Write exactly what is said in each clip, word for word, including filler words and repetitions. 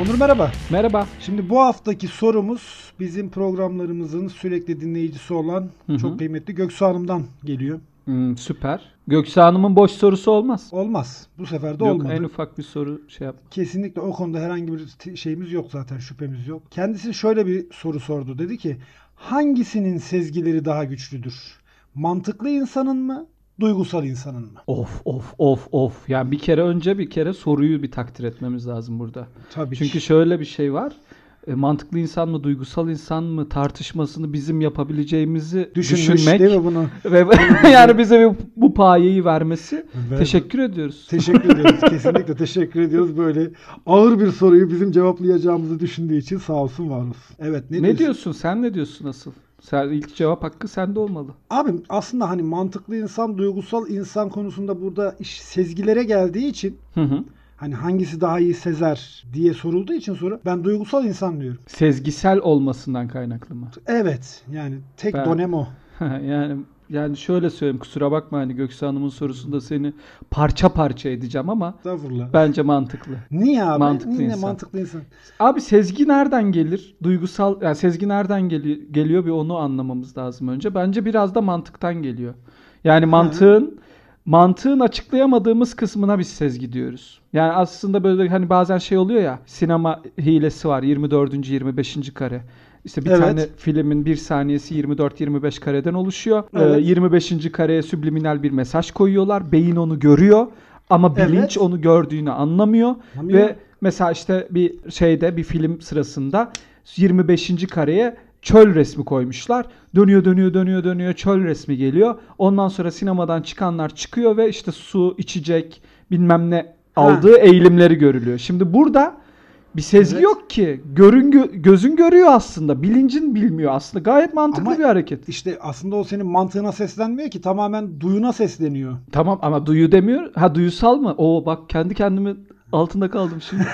Onur merhaba. Merhaba. Şimdi bu haftaki sorumuz bizim programlarımızın sürekli dinleyicisi olan hı hı. çok kıymetli Göksu Hanım'dan geliyor. Hmm, süper. Göksu Hanım'ın boş sorusu olmaz. Olmaz. Bu sefer de yok, olmadı. En ufak bir soru şey yap. Kesinlikle o konuda herhangi bir şeyimiz yok zaten, şüphemiz yok. Kendisi şöyle bir soru sordu. Dedi ki hangisinin sezgileri daha güçlüdür? Mantıklı insanın mı? Duygusal insanın mı? Of of of of. Yani bir kere önce bir kere soruyu bir takdir etmemiz lazım burada. Tabii Çünkü ki. şöyle bir şey var. E, mantıklı insan mı, duygusal insan mı tartışmasını bizim yapabileceğimizi Düşünmüş, düşünmek değil mi bunu? Ve yani bize bu, bu payeyi vermesi. Ben, teşekkür ediyoruz. Teşekkür ediyoruz. Kesinlikle teşekkür ediyoruz. Böyle ağır bir soruyu bizim cevaplayacağımızı düşündüğü için sağ olsun, var olsun. Evet. Ne, ne diyorsun? diyorsun? Sen ne diyorsun asıl? Sen, ilk cevap hakkı sende olmalı. Abi aslında hani mantıklı insan, duygusal insan konusunda burada iş sezgilere geldiği için hı hı. hani hangisi daha iyi sezer diye sorulduğu için soru, ben duygusal insan diyorum. Sezgisel olmasından kaynaklı mı? Evet. Yani tek ben, dönem o. yani yani şöyle söyleyeyim, kusura bakma hani Göksu Hanım'ın sorusunda seni parça parça edeceğim ama bence mantıklı. Niye abi? Mantıklı Niye insan. mantıklı insan? Abi sezgi nereden gelir? Duygusal, yani sezgi nereden geliyor, geliyor bir onu anlamamız lazım önce. Bence biraz da mantıktan geliyor. Yani mantığın mantığın açıklayamadığımız kısmına biz sezgi diyoruz. Yani aslında böyle hani bazen şey oluyor ya, sinema hilesi var, yirmi dördüncü yirmi beşinci kare. İşte bir evet. tane filmin bir saniyesi yirmi dört yirmi beş kareden oluşuyor. Evet. Ee, yirmi beşinci kareye subliminal bir mesaj koyuyorlar. Beyin onu görüyor ama bilinç evet. onu gördüğünü anlamıyor. Anlamıyor. Ve mesela işte bir şeyde, bir film sırasında yirmi beşinci kareye çöl resmi koymuşlar. Dönüyor dönüyor dönüyor dönüyor çöl resmi geliyor. Ondan sonra sinemadan çıkanlar çıkıyor ve işte su, içecek, bilmem ne aldığı ha. eğilimleri görülüyor. Şimdi burada bir sezgi evet. yok ki. Görün gö- gözün görüyor aslında. Bilincin bilmiyor aslında. Gayet mantıklı ama bir hareket. İşte aslında o senin mantığına seslenmiyor ki. Tamamen duyuna sesleniyor. Tamam ama duyu demiyor. Ha, duyusal mı? Oo bak, kendi kendimi altında kaldım şimdi.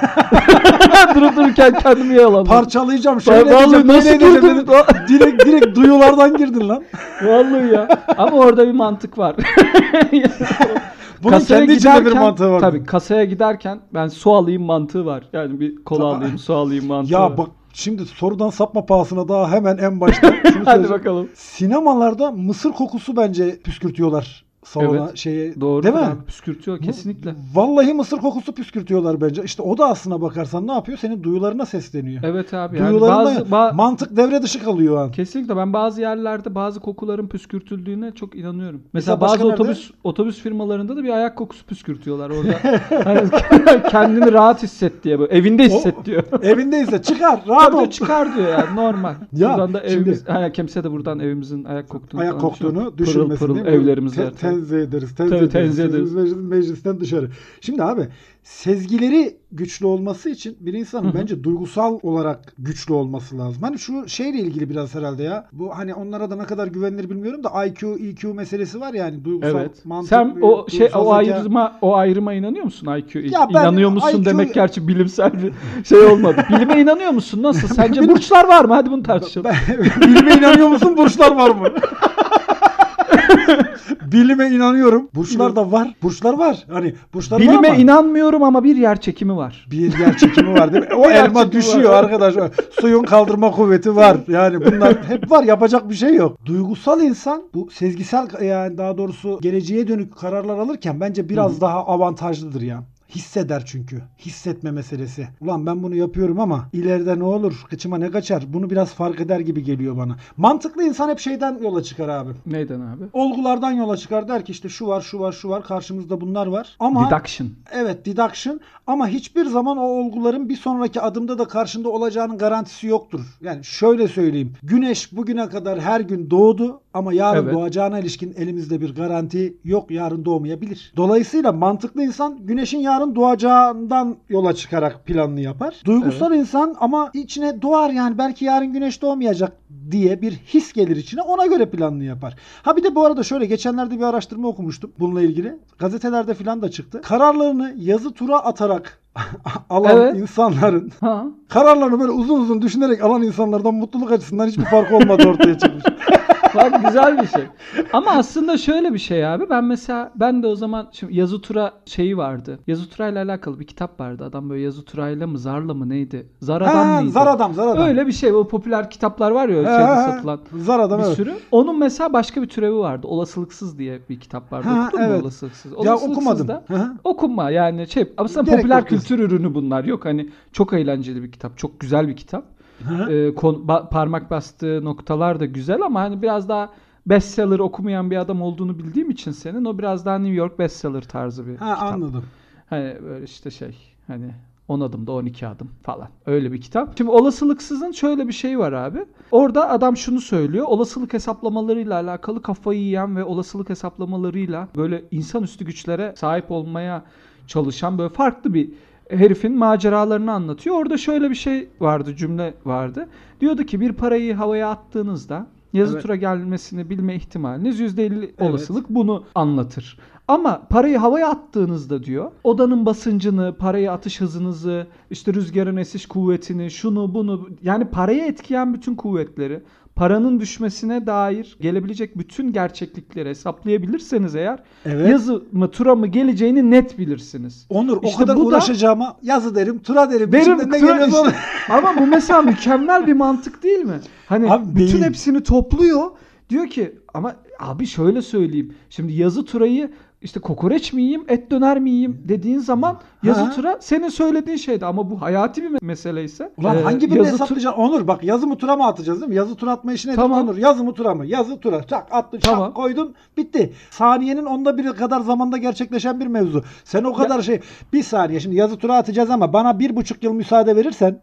durup dururken kendimi yalanladım. Parçalayacağım. Şöyle ben vallahi nasıl durdum? direkt direkt duyulardan girdin lan. Vallahi ya. Ama orada bir mantık var. Bunun kasaya kendi içinde bir mantığı var. Tabii kasaya giderken ben su alayım mantığı var. Yani bir kola tamam. alayım, su alayım mantığı ya var. Ya bak şimdi sorudan sapma pahasına daha hemen en başta. Hadi bakalım. Sinemalarda mısır kokusu bence püskürtüyorlar. Salona evet. şeye, doğru değil mi? Abi, püskürtüyor kesinlikle. Vallahi mısır kokusu püskürtüyorlar bence. İşte o da aslına bakarsan ne yapıyor? Senin duyularına sesleniyor. Evet abi. Duyularında yani bazı, ba- mantık devre dışı kalıyor o an. Kesinlikle. Ben bazı yerlerde bazı kokuların püskürtüldüğüne çok inanıyorum. Mesela, Mesela bazı nerede? otobüs otobüs firmalarında da bir ayak kokusu püskürtüyorlar orada. Hani kendini rahat hisset diye böyle. Evinde hisset o, diyor. Evinde hisset. Çıkar. Rahat ol. Çıkar diyor yani normal. Ya, buradan da şimdi, evimiz, hani kimse de buradan evimizin ayak koktuğunu ayak koktuğunu düşünmesin. Pırıl pırıl evlerimiz var. Tenzih ederiz. Tenzih Tabii, tenzih ederiz. Meclis, meclisten dışarı. Şimdi abi sezgileri güçlü olması için bir insanın Hı-hı. bence duygusal olarak güçlü olması lazım. Hani şu şeyle ilgili biraz herhalde ya. Bu hani onlara da ne kadar güvenilir bilmiyorum da I Q, E Q meselesi var yani, duygusal evet. mantık. Sen bir, o şey o zeka. ayrıma o ayrıma inanıyor musun I Q? Ya İnanıyor musun I Q... demek gerçi bilimsel bir şey olmadı. Bilime inanıyor musun? Nasıl? Sence burçlar var mı? Hadi bunu tartışalım. Ben, bilime inanıyor musun? Burçlar var mı? Bilime inanıyorum. Burçlar da var. Burçlar var. Hani burçlar Bilime var ama inanmıyorum ama bir yer çekimi var. Bir yer çekimi var değil mi? O elma düşüyor var. Arkadaş. Suyun kaldırma kuvveti var. Yani bunlar hep var. Yapacak bir şey yok. Duygusal insan bu sezgisel, yani daha doğrusu geleceğe dönük kararlar alırken bence biraz Hı-hı. daha avantajlıdır ya. Hisseder çünkü. Hissetme meselesi. Ulan ben bunu yapıyorum ama ileride ne olur? Kıçıma ne kaçar? Bunu biraz fark eder gibi geliyor bana. Mantıklı insan hep şeyden yola çıkar abi. Neyden abi? Olgulardan yola çıkar. Der ki işte şu var, şu var, şu var. Karşımızda bunlar var. Ama deduction. Evet, deduction. Ama hiçbir zaman o olguların bir sonraki adımda da karşında olacağının garantisi yoktur. Yani şöyle söyleyeyim. Güneş bugüne kadar her gün doğdu ama yarın evet. doğacağına ilişkin elimizde bir garanti yok. Yarın doğmayabilir. Dolayısıyla mantıklı insan güneşin yarın doğacağından yola çıkarak planını yapar. Duygusal evet. insan ama içine doğar, yani belki yarın güneş doğmayacak diye bir his gelir içine, ona göre planını yapar. Ha bir de bu arada şöyle, geçenlerde bir araştırma okumuştum bununla ilgili. Gazetelerde falan da çıktı. Kararlarını yazı tura atarak alan evet. insanların ha. kararlarını böyle uzun uzun düşünerek alan insanlardan mutluluk açısından hiçbir farkı olmadı ortaya çıkmış. Bak güzel bir şey. Ama aslında şöyle bir şey abi. Ben mesela ben de o zaman şimdi Yazı Tura şeyi vardı. Yazı Tura ile alakalı bir kitap vardı. Adam böyle Yazı Tura'yla mı Zar'la mı neydi? Zar Adam ha, mıydı? Zar Adam, Zar Adam. Öyle bir şey. O popüler kitaplar var ya ha, şeyde ha, satılan. Zar Adam, bir evet. sürü. Onun mesela başka bir türevi vardı. Olasılıksız diye bir kitap vardı. Ha, Okudun evet. mu Olasılıksız? Ya Olasılıksız okumadım. da Hı hı. okunma yani şey aslında Gerek popüler yok kültür ürünü bunlar. Yok hani çok eğlenceli bir kitap. Çok güzel bir kitap. Ee, kon, ba, parmak bastığı noktalar da güzel ama hani biraz daha bestseller okumayan bir adam olduğunu bildiğim için senin o biraz daha New York bestseller tarzı bir Ha, kitap. anladım. Hani böyle işte şey hani on adımda on iki adım falan öyle bir kitap. Şimdi olasılıksızın şöyle bir şey var abi. Orada adam şunu söylüyor. Olasılık hesaplamalarıyla alakalı kafayı yiyen ve olasılık hesaplamalarıyla böyle insanüstü güçlere sahip olmaya çalışan böyle farklı bir herifin maceralarını anlatıyor. Orada şöyle bir şey vardı, cümle vardı. Diyordu ki bir parayı havaya attığınızda yazı Evet. tura gelmesini bilme ihtimaliniz yüzde elli Evet. olasılık bunu anlatır. Ama parayı havaya attığınızda diyor, odanın basıncını, parayı atış hızınızı, işte rüzgarın esiş kuvvetini, şunu bunu yani parayı etkileyen bütün kuvvetleri, paranın düşmesine dair gelebilecek bütün gerçeklikleri hesaplayabilirseniz eğer Evet. yazı mı tura mı geleceğini net bilirsiniz. Onur İşte o kadar bu da- uğraşacağıma yazı derim, tura derim. Derim, İçimden ne tura- geliyorsa onu- Ama bu mesela mükemmel bir mantık değil mi? Hani Abi bütün değil. hepsini topluyor. Diyor ki ama abi şöyle söyleyeyim. Şimdi yazı turayı işte kokoreç mi yiyeyim, et döner mi yiyeyim dediğin zaman yazı Ha. tura senin söylediğin şeydi ama bu hayati bir mesele ise. Ulan e, hangi birini yazı tur- hesaplayacaksın? Onur bak yazı mı tura mı atacağız değil mi? Yazı tura atma işi nedir? Tamam. Onur yazı mı tura mı? Yazı tura. Çak attın çak Tamam. koydun bitti. Saniyenin onda biri kadar zamanda gerçekleşen bir mevzu. Sen o kadar şey bir saniye şimdi yazı tura atacağız ama bana bir buçuk yıl müsaade verirsen.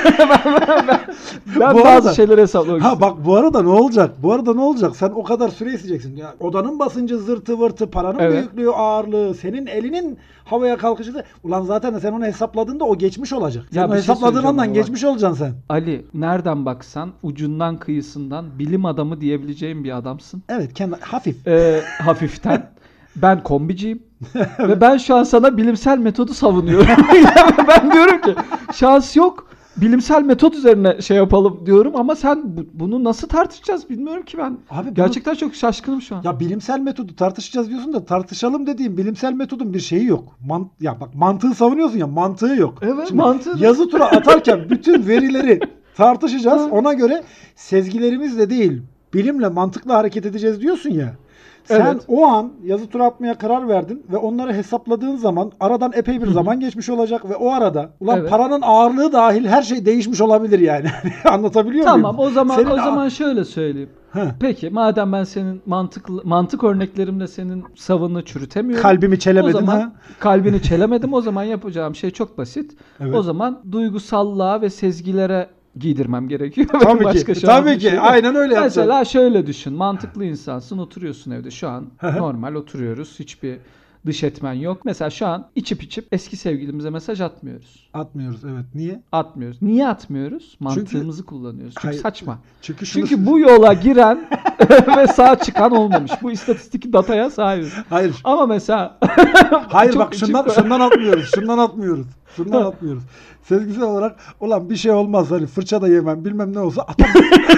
Ben Bu bazı arada- şeyleri hesaplamak Ha istiyorum. bak bu arada ne olacak? Bu arada ne olacak? Sen o kadar süre isteyeceksin. Ya, odanın basıncı zırtı vırtı, paranın Evet. büyüklüğü, ağırlığı, senin elinin havaya kalkışı da. Ulan zaten sen onu hesapladığında o geçmiş olacak. Sen Ya onu bir şey hesapladığın söyleyeceğim andan ama geçmiş olacaksın sen. Ali nereden baksan ucundan kıyısından bilim adamı diyebileceğim bir adamsın. Evet kendi hafif. Ee, hafiften. Ben kombiciyim. Ve ben şu an sana bilimsel metodu savunuyorum. Yani ben diyorum ki şans yok. Bilimsel metot üzerine şey yapalım diyorum ama sen bu- bunu nasıl tartışacağız bilmiyorum ki ben. Abi bunu- Gerçekten çok şaşkınım şu an. Ya bilimsel metodu tartışacağız diyorsun da tartışalım dediğim bilimsel metodun bir şeyi yok. Man ya bak mantığı savunuyorsun ya mantığı yok. Evet, Şimdi mantığı- yazı tura atarken bütün verileri tartışacağız. Ona göre sezgilerimizle değil bilimle mantıkla hareket edeceğiz diyorsun ya. Sen Evet. o an yazı tura atmaya karar verdin ve onları hesapladığın zaman aradan epey bir zaman geçmiş olacak ve o arada ulan Evet. paranın ağırlığı dahil her şey değişmiş olabilir yani. Anlatabiliyor muyum? Tamam o zaman Senin o a- zaman şöyle söyleyeyim. Heh. Peki madem ben senin mantıklı mantık örneklerimle senin savını çürütemiyorum. Kalbimi çelemedin O zaman ha? kalbini çelemedim. O zaman yapacağım şey çok basit. Evet. O zaman duygusallığa ve sezgilere giydirmem gerekiyor. Tabii Başka ki. şu an Tabii bir şey ki. yok. Aynen öyle yapacaksın. Mesela şöyle düşün. Mantıklı insansın. Oturuyorsun evde şu an. Hı hı. Normal oturuyoruz. Hiçbir dış etmen yok. Mesela şu an içip içip eski sevgilimize mesaj atmıyoruz. Atmıyoruz evet. Niye? Atmıyoruz. Niye atmıyoruz? Mantığımızı kullanıyoruz. Çünkü Hayır. saçma. Çünkü şunu Çünkü bu yola giren ve sağ çıkan olmamış. Bu istatistik dataya sahibiz. Hayır. Ama mesela Hayır çok bak şundan içip- şundan atmıyoruz. Şundan atmıyoruz. Şundan atmıyoruz. Sezgisel olarak ulan bir şey olmaz hani fırça da yemem bilmem ne olsa atamam.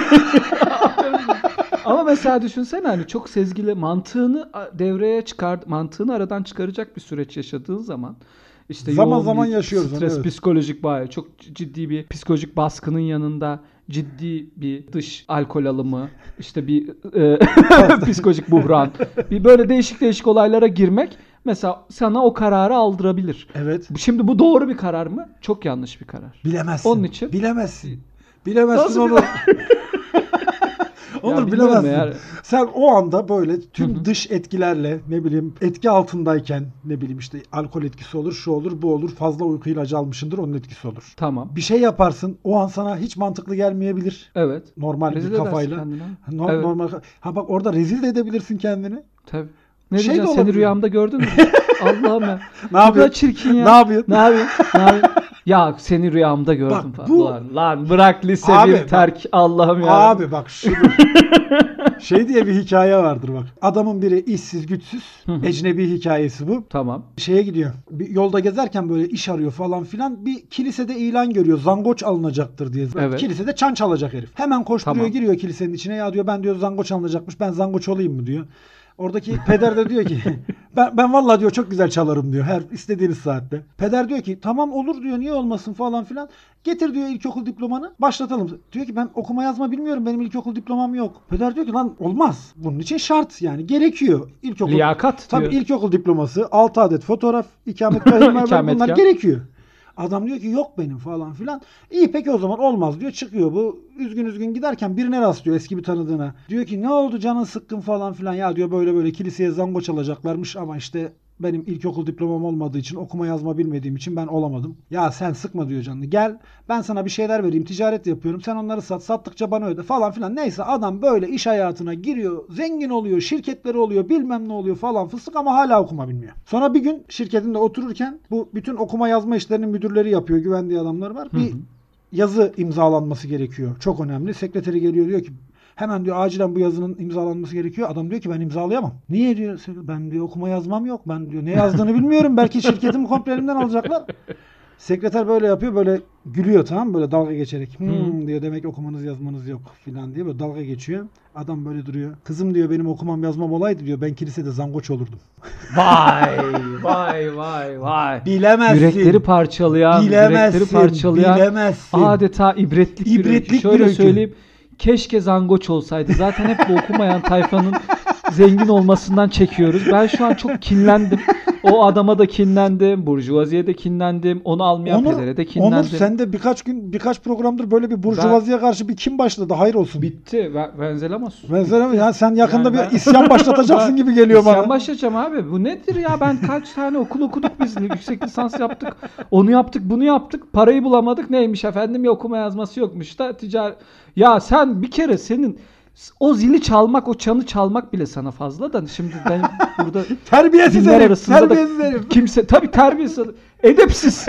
Ama mesela düşünsene hani çok sezgili mantığını devreye çıkar, mantığını aradan çıkaracak bir süreç yaşadığın zaman işte Zaman yoğun zaman bir yaşıyoruz onu, stres, evet. psikolojik bağ, çok ciddi bir psikolojik baskının yanında ciddi bir dış alkol alımı, işte bir e, psikolojik buhran, bir böyle değişik değişik olaylara girmek mesela sana o kararı aldırabilir. Evet. Şimdi bu doğru bir karar mı? Çok yanlış bir karar. Bilemezsin. Onun için- Bilemezsin. Bilemezsin Nasıl onu. Onur bilmiyorum bilemezsin. eğer- Sen o anda böyle tüm Hı hı. dış etkilerle ne bileyim etki altındayken ne bileyim işte alkol etkisi olur, şu olur, bu olur. Fazla uyku ilacı almışındır onun etkisi olur. Tamam. Bir şey yaparsın o an sana hiç mantıklı gelmeyebilir. Evet. Normal Rezil bir edersin kafayla. kendini. No- Evet. Normal. Ha bak orada rezil de edebilirsin kendini. Tabii. Ne Şey de diyeceksin? Seni olabilir. rüyamda gördün mü? Allah'ım ya. Ne Ne kadar yapıyorsun? çirkin ya. Ne yapıyorsun? Ne yapıyorsun? Ne yapıyorsun? Ya seni rüyamda gördüm Bak falan. bu- Lan, lan bırak lise Abi bir bak- terk. Allah'ım ya. Abi bak şunu. Şey diye bir hikaye vardır bak. Adamın biri işsiz güçsüz. Ecnebi hikayesi bu. Tamam. Şeye gidiyor. Bir yolda gezerken böyle iş arıyor falan filan. Bir kilisede ilan görüyor. Zangoç alınacaktır diye. Evet. Kilisede çan çalacak herif. Hemen koşturuyor Tamam. giriyor kilisenin içine. Ya diyor ben diyor zangoç alınacakmış. Ben zangoç olayım mı diyor. Oradaki peder de diyor ki ben, ben vallahi diyor çok güzel çalarım diyor her istediğiniz saatte. Peder diyor ki tamam olur diyor niye olmasın falan filan. Getir diyor ilkokul diplomanı başlatalım. Diyor ki ben okuma yazma bilmiyorum benim ilkokul diplomam yok. Peder diyor ki lan olmaz. Bunun için şart yani gerekiyor. İlkokul, Liyakat tabii diyor. ilkokul diploması altı adet fotoğraf ikametgahı İkametgah. bunlar gerekiyor. Adam diyor ki yok benim falan filan. İyi peki o zaman olmaz diyor. Çıkıyor bu üzgün üzgün giderken birine rastlıyor eski bir tanıdığına. Diyor ki ne oldu canın sıkkın falan filan. Ya diyor böyle böyle kiliseye zango çalacaklarmış ama işte benim ilkokul diplomam olmadığı için okuma yazma bilmediğim için ben olamadım. Ya sen sıkma diyor canını. Gel ben sana bir şeyler vereyim. Ticaret yapıyorum. Sen onları sat. Sattıkça bana öde falan filan. Neyse adam böyle iş hayatına giriyor. Zengin oluyor. Şirketleri oluyor. Bilmem ne oluyor falan fıstık ama hala okuma bilmiyor. Sonra bir gün şirketinde otururken bu bütün okuma yazma işlerinin müdürleri yapıyor. Güvendiği adamlar var. Bir hı hı. yazı imzalanması gerekiyor. Çok önemli. Sekreteri geliyor diyor ki hemen diyor acilen bu yazının imzalanması gerekiyor. Adam diyor ki ben imzalayamam. Niye diyor? Ben diyor okuma yazmam yok. Ben diyor ne yazdığını bilmiyorum. Belki şirketimi komple elimden alacaklar. Sekreter böyle yapıyor böyle gülüyor tamam mı? Böyle dalga geçerek. Hmm, hmm. diyor demek okumanız yazmanız yok filan diye böyle dalga geçiyor. Adam böyle duruyor. Kızım diyor benim okumam yazmam olaydı diyor. Ben kilisede zangoç olurdum. Vay vay vay vay. Bilemezsin. Yürekleri parçalayan, bilemezsin, yürekleri parçalayan bilemezsin. adeta ibretlik, ibretlik bir öykü. Şöyle bir öykü. söyleyeyim. Keşke zangoç olsaydı. Zaten hep bu okumayan tayfanın zengin olmasından çekiyoruz. Ben şu an çok kinlendim. O adama da kinlendim. Burjuvaziye de kinlendim. Onu almayan Onur, pedere de kinlendim. Onur sen de birkaç gün birkaç programdır böyle bir burjuvaziye karşı bir kim başladı? Hayır olsun. Bitti. Venzelamos. Venzelamos. Ya sen yakında yani bir ben... isyan başlatacaksın gibi geliyor isyan bana. İsyan başlatacağım abi. Bu nedir ya? Ben kaç tane okul okuduk biz. Yüksek lisans yaptık. Onu yaptık, bunu yaptık. Parayı bulamadık. Neymiş efendim? Ya okuma yazması yokmuş da ticaret. Ya sen bir kere senin o zili çalmak, o çanı çalmak bile sana fazla da şimdi ben burada terbiyesiz herif, terbiyesiz herif. Kimse tabii terbiyesiz, edepsiz.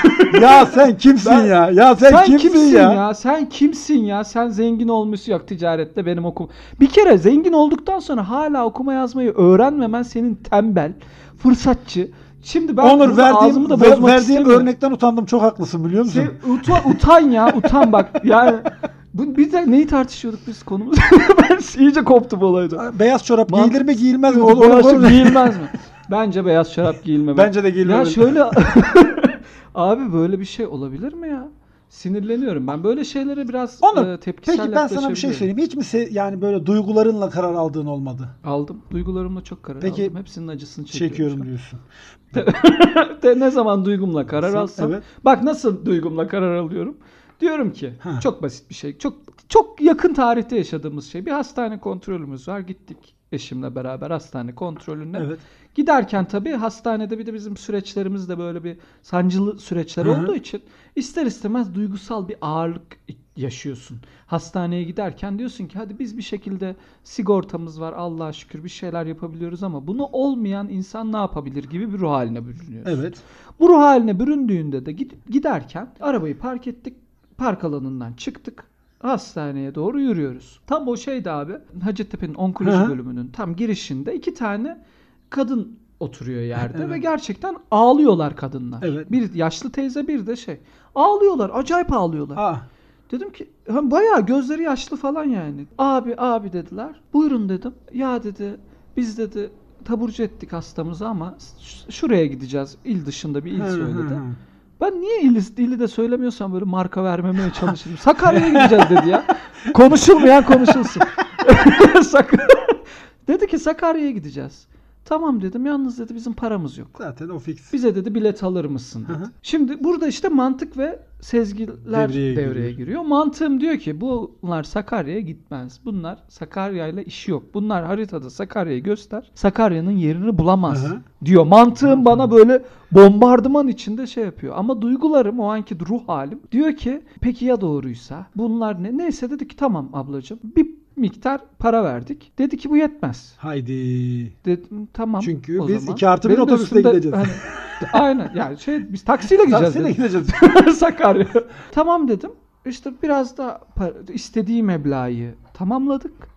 Ya sen kimsin ben, ya? Ya sen, sen kimsin, kimsin ya? ya? Sen kimsin ya? Sen zengin olmuşsun yok ticarette benim okum. Bir kere zengin olduktan sonra hala okuma yazmayı öğrenmemen senin tembel, fırsatçı. Şimdi ben Onur verdiğim, da ver, verdiğim örnekten utandım. Çok haklısın biliyor musun? Sen, utan, utan ya, utan bak. Yani bu, biz de neyi tartışıyorduk biz konumuz? Ben iyice koptum olaydan. Beyaz çorap Man- giyilir mi giyilmez mi? O, beyaz çorap giyilmez mi? Bence beyaz çorap giyilmemeli. Bence de giyilmemeli. Ya şöyle abi böyle bir şey olabilir mi ya? Sinirleniyorum. Ben böyle şeylere biraz Onur, e, tepkisel peki ben sana bir şey söyleyeyim. Hiç mi se- yani böyle duygularınla karar aldığın olmadı? Aldım. Duygularımla çok karar peki, aldım. Hepsinin acısını çekiyorum. Çekiyorum diyorsun. De ne zaman duygumla karar Sen, alsam. Evet. Bak nasıl duygumla karar alıyorum. Diyorum ki ha. çok basit bir şey. Çok çok yakın tarihte yaşadığımız şey. Bir hastane kontrolümüz var. Gittik eşimle beraber hastane kontrolüne. Evet. Giderken tabii hastanede bir de bizim süreçlerimiz de böyle bir sancılı süreçler Hı-hı. olduğu için ister istemez duygusal bir ağırlık yaşıyorsun. Hastaneye giderken diyorsun ki hadi biz bir şekilde sigortamız var Allah'a şükür bir şeyler yapabiliyoruz ama bunu olmayan insan ne yapabilir gibi bir ruh haline bürünüyorsun. Evet. Bu ruh haline büründüğünde de giderken arabayı park ettik. Park alanından çıktık. Hastaneye doğru yürüyoruz. Tam o şeydi abi. Hacettepe'nin onkoloji Hı-hı. bölümünün tam girişinde iki tane kadın oturuyor yerde evet. ve gerçekten ağlıyorlar kadınlar. Evet. Bir yaşlı teyze bir de şey. Ağlıyorlar. Acayip ağlıyorlar. Ah. Dedim ki bayağı gözleri yaşlı falan yani. Abi abi dediler. Buyurun dedim. Ya dedi biz dedi taburcu ettik hastamızı ama şuraya gideceğiz. İl dışında bir il söyledi. Ben niye ili, ili de söylemiyorsam böyle marka vermemeye çalışırım. Sakarya'ya gideceğiz dedi ya. Konuşulmayan konuşulsun. Dedi ki Sakarya'ya gideceğiz. Tamam dedim. Yalnız dedi bizim paramız yok. Zaten o fix. Bize dedi bilet alır mısın dedi. Hı-hı. Şimdi burada işte mantık ve sezgiler devreye, devreye giriyor. giriyor. Mantığım diyor ki bunlar Sakarya'ya gitmez. Bunlar Sakarya'yla işi yok. Bunlar haritada Sakarya'yı göster. Sakarya'nın yerini bulamaz Hı-hı. diyor. Mantığım Hı-hı. bana böyle bombardıman içinde şey yapıyor. Ama duygularım o anki ruh halim diyor ki peki ya doğruysa? Bunlar ne? Neyse dedi ki tamam ablacığım. Bir miktar para verdik. Dedi ki bu yetmez. Haydi. Dedim tamam. Çünkü o biz zaman. iki artı bir otobüsle gideceğiz. Hani, aynen yani şey biz taksiyle gideceğiz. Taksiyle gideceğiz. Sakarya. Tamam dedim. İşte biraz da para, istediği meblağı tamamladık.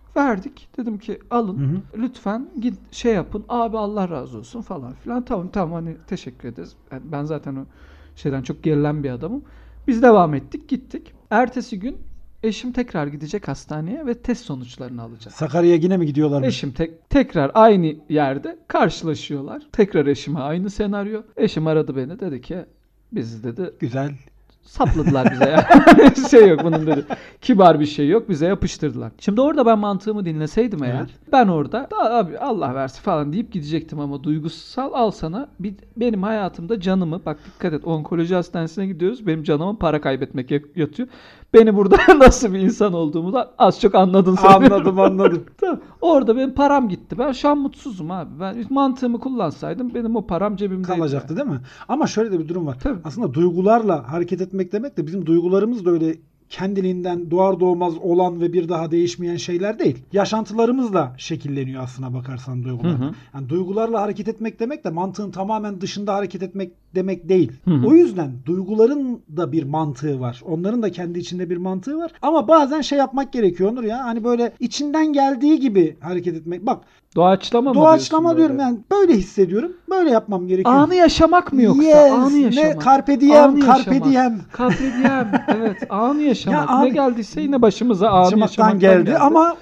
Verdik. Dedim ki alın. Hı hı. Lütfen git şey yapın. Abi Allah razı olsun falan filan. Tamam tamam hani teşekkür ederiz. Yani ben zaten o şeyden çok gerilen bir adamım. Biz devam ettik, gittik. Ertesi gün eşim tekrar gidecek hastaneye ve test sonuçlarını alacak. Sakarya'ya yine mi gidiyorlarmış? Eşim tek, tekrar aynı yerde karşılaşıyorlar. Tekrar eşime aynı senaryo. Eşim aradı beni, dedi ki biz dedi Güzel. sapladılar bize ya. şey yok bunun dedi. Kibar bir şey yok. Bize yapıştırdılar. Şimdi orada ben mantığımı dinleseydim eğer. Evet. Ben orada abi Allah versin falan deyip gidecektim ama duygusal al sana bir, benim hayatımda canımı bak dikkat et onkoloji hastanesine gidiyoruz. Benim canıma para kaybetmek yatıyor. Beni burada nasıl bir insan olduğumu da az çok anladın sen. Anladım anladım. Tamam. Orada benim param gitti. Ben şu an mutsuzum abi. Ben mantığımı kullansaydım benim o param cebimde kalacaktı değil mi? Ama şöyle de bir durum var. Tabii. Aslında duygularla hareket etmek demek de bizim duygularımız da öyle kendiliğinden doğar doğmaz olan ve bir daha değişmeyen şeyler değil. Yaşantılarımızla şekilleniyor aslına bakarsan duygular. Hı hı. Yani duygularla hareket etmek demek de mantığın tamamen dışında hareket etmek demek değil. Hı hı. O yüzden duyguların da bir mantığı var. Onların da kendi içinde bir mantığı var. Ama bazen şey yapmak gerekiyor Onur ya. Hani böyle içinden geldiği gibi hareket etmek. Bak doğaçlama mı Doğaçlama diyorum böyle? Yani böyle hissediyorum. Böyle yapmam gerekiyor. Anı yaşamak mı yoksa? Yes, Anı yaşamak. Ne carpe diem, anı carpe yaşamak. diem. Carpe diem. Evet, anı yaşamak. Ya ne abi, geldiyse yine başımıza anı yaşamaktan geldi. geldi. Ama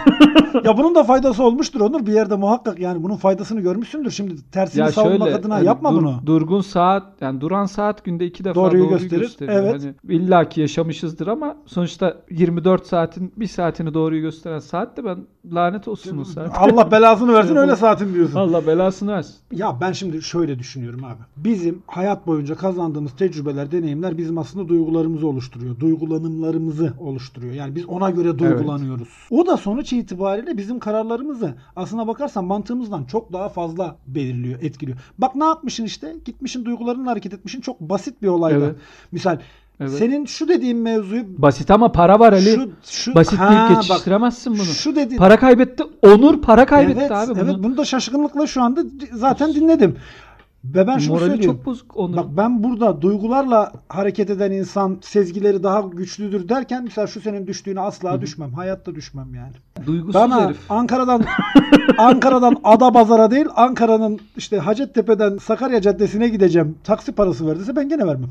ya bunun da faydası olmuştur Onur. Bir yerde muhakkak yani bunun faydasını görmüşsündür. Şimdi tersini ya savunmak şöyle, adına hani yapma dur, bunu. Durgun saat yani duran saat günde iki defa doğruyu, doğruyu gösterir. gösteriyor. Evet. Hani illaki yaşamışızdır ama sonuçta yirmi dört saatin bir saatini doğruyu gösteren saat de ben lanet olsun o saat. Allah belasını versin öyle saatin diyorsun. Allah belasını versin. Ya ben şimdi şöyle düşünüyorum abi. Bizim hayat boyunca kazandığımız tecrübeler, deneyimler bizim aslında duygularımızı oluşturuyor. Duygulanımlarımızı oluşturuyor. Yani biz ona göre duygulanıyoruz. Evet. O da sonuç itibariyle bizim kararlarımızı aslına bakarsan mantığımızdan çok daha fazla belirliyor, etkiliyor. Bak ne yapmışsın işte? Gitmişin duygularınla hareket etmişin. Çok basit bir olaydı. Evet. Misal evet. Senin şu dediğin mevzuyu... Basit ama para var Ali. Şu, şu, Basit ha, deyip geçiştiremezsin bak, bunu. Şu dedi... Para kaybetti. Onur para kaybetti evet, abi. Bunu. Evet bunu da şaşkınlıkla şu anda zaten dinledim. Ve ben şunu morali söylüyorum. Çok bozuk Onur. Bak ben burada duygularla hareket eden insan sezgileri daha güçlüdür derken mesela şu senin düştüğüne asla Hı-hı. düşmem. Hayatta düşmem yani. Duygusuz Bana herif. Ankara'dan Ankara'dan Adapazarı'na değil Ankara'nın işte Hacettepe'den Sakarya Caddesi'ne gideceğim. Taksi parası verdiyse ben gene vermem.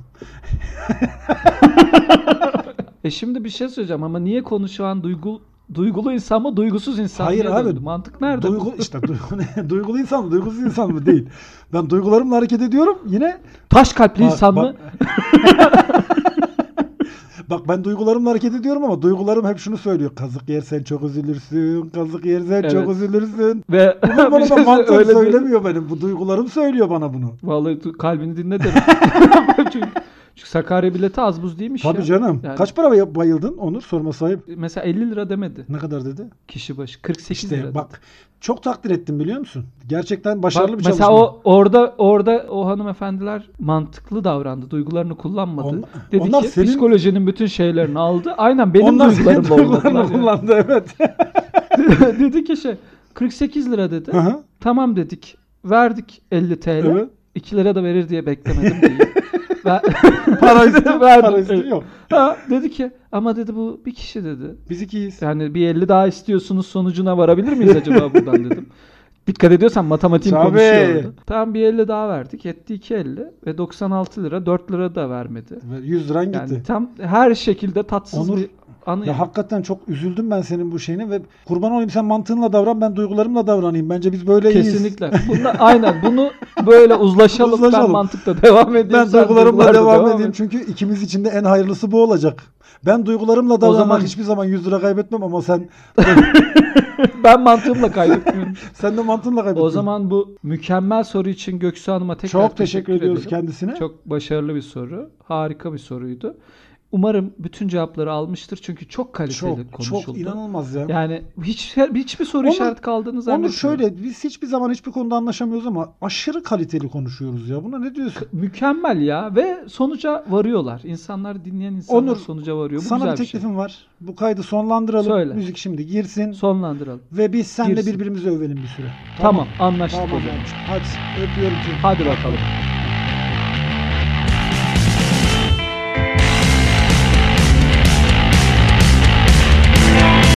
e şimdi bir şey söyleyeceğim ama niye konu şu an duygu duygulu insan mı duygusuz insan mı? Hayır abi. Döndü? Mantık nerede? Duygu, işte duygu, duygulu insan mı duygusuz insan mı değil. Ben duygularımla hareket ediyorum yine. Taş kalpli bak, insan bak. mı? Bak ben duygularımla hareket ediyorum ama duygularım hep şunu söylüyor. Kazık yersen çok üzülürsün. Kazık yersen evet. çok üzülürsün. Ve bana da mantık öyle söylemiyor değil. Benim. Bu duygularım söylüyor bana bunu. Vallahi kalbini dinle derim. Çünkü Çünkü Sakarya bileti az buz değilmiş Tabii ya. canım. Yani. Kaç para bayıldın Onur? Sorma sahip. Mesela elli lira demedi. Ne kadar dedi? Kişi başı. kırk sekiz işte lira bak dedi. Çok takdir ettim biliyor musun? Gerçekten başarılı bak, bir çalışma. Mesela o orada orada o hanımefendiler mantıklı davrandı. Duygularını kullanmadı. On, Dedi onlar ki senin... psikolojinin bütün şeylerini aldı. Aynen benim onlar duygularımla oynadılar. kullandı yani. Evet. Dedi ki şey kırk sekiz lira dedi. Hı-hı. Tamam dedik. Verdik elli TL. Evet. iki lira da verir diye beklemedim diye. Para istiyor. Para istiyor. Ha, dedi ki ama dedi bu bir kişi dedi. Biz ikiyiz. Yani bir elli daha istiyorsunuz sonucuna varabilir miyiz acaba buradan dedim. Dikkat ediyorsan matematiğim Tabii. konuşuyor orada. Tamam bir elli daha verdik. Etti iki elli ve doksan altı lira dört lira da vermedi. yüz liran gitti. Yani tam her şekilde tatsız Onur, bir anı. Ya yani. hakikaten çok üzüldüm ben senin bu şeyine ve kurban olayım sen mantığınla davran ben duygularımla davranayım. Bence biz böyle iyiyiz. Kesinlikle. Bunda, aynen bunu böyle uzlaşalım. uzlaşalım. Ben mantıkla devam edeyim. Ben duygularımla devam, devam edeyim. Et. Çünkü ikimiz için de en hayırlısı bu olacak. Ben duygularımla davranmak zaman... hiçbir zaman yüz lira kaybetmem ama sen ben mantığımla kaybetmiyorum. Sen de mantığınla kaybetmiyorsun. O zaman bu mükemmel soru için Göksu Hanım'a tekrar çok teşekkür, teşekkür ediyoruz edelim. kendisine. Çok başarılı bir soru. Harika bir soruydu. Umarım bütün cevapları almıştır çünkü çok kaliteli çok, konuşuldu. Çok inanılmaz ya. Yani hiç hiçbir soru işareti kaldığını zannetmiyorum. Onu şöyle biz hiçbir zaman hiçbir konuda anlaşamıyoruz ama aşırı kaliteli konuşuyoruz ya. Buna ne diyorsun? K- mükemmel ya ve sonuca varıyorlar. İnsanlar dinleyen insanlar Onur, sonuca varıyor. Bu sana güzel bir teklifim bir şey. var. Bu kaydı sonlandıralım. Söyle. Müzik şimdi girsin. Sonlandıralım. Ve biz seninle girsin. birbirimizi övelim bir süre. Tamam, tamam anlaştık tamam, o zaman. Hadi öpüyorum seni. Hadi bakalım.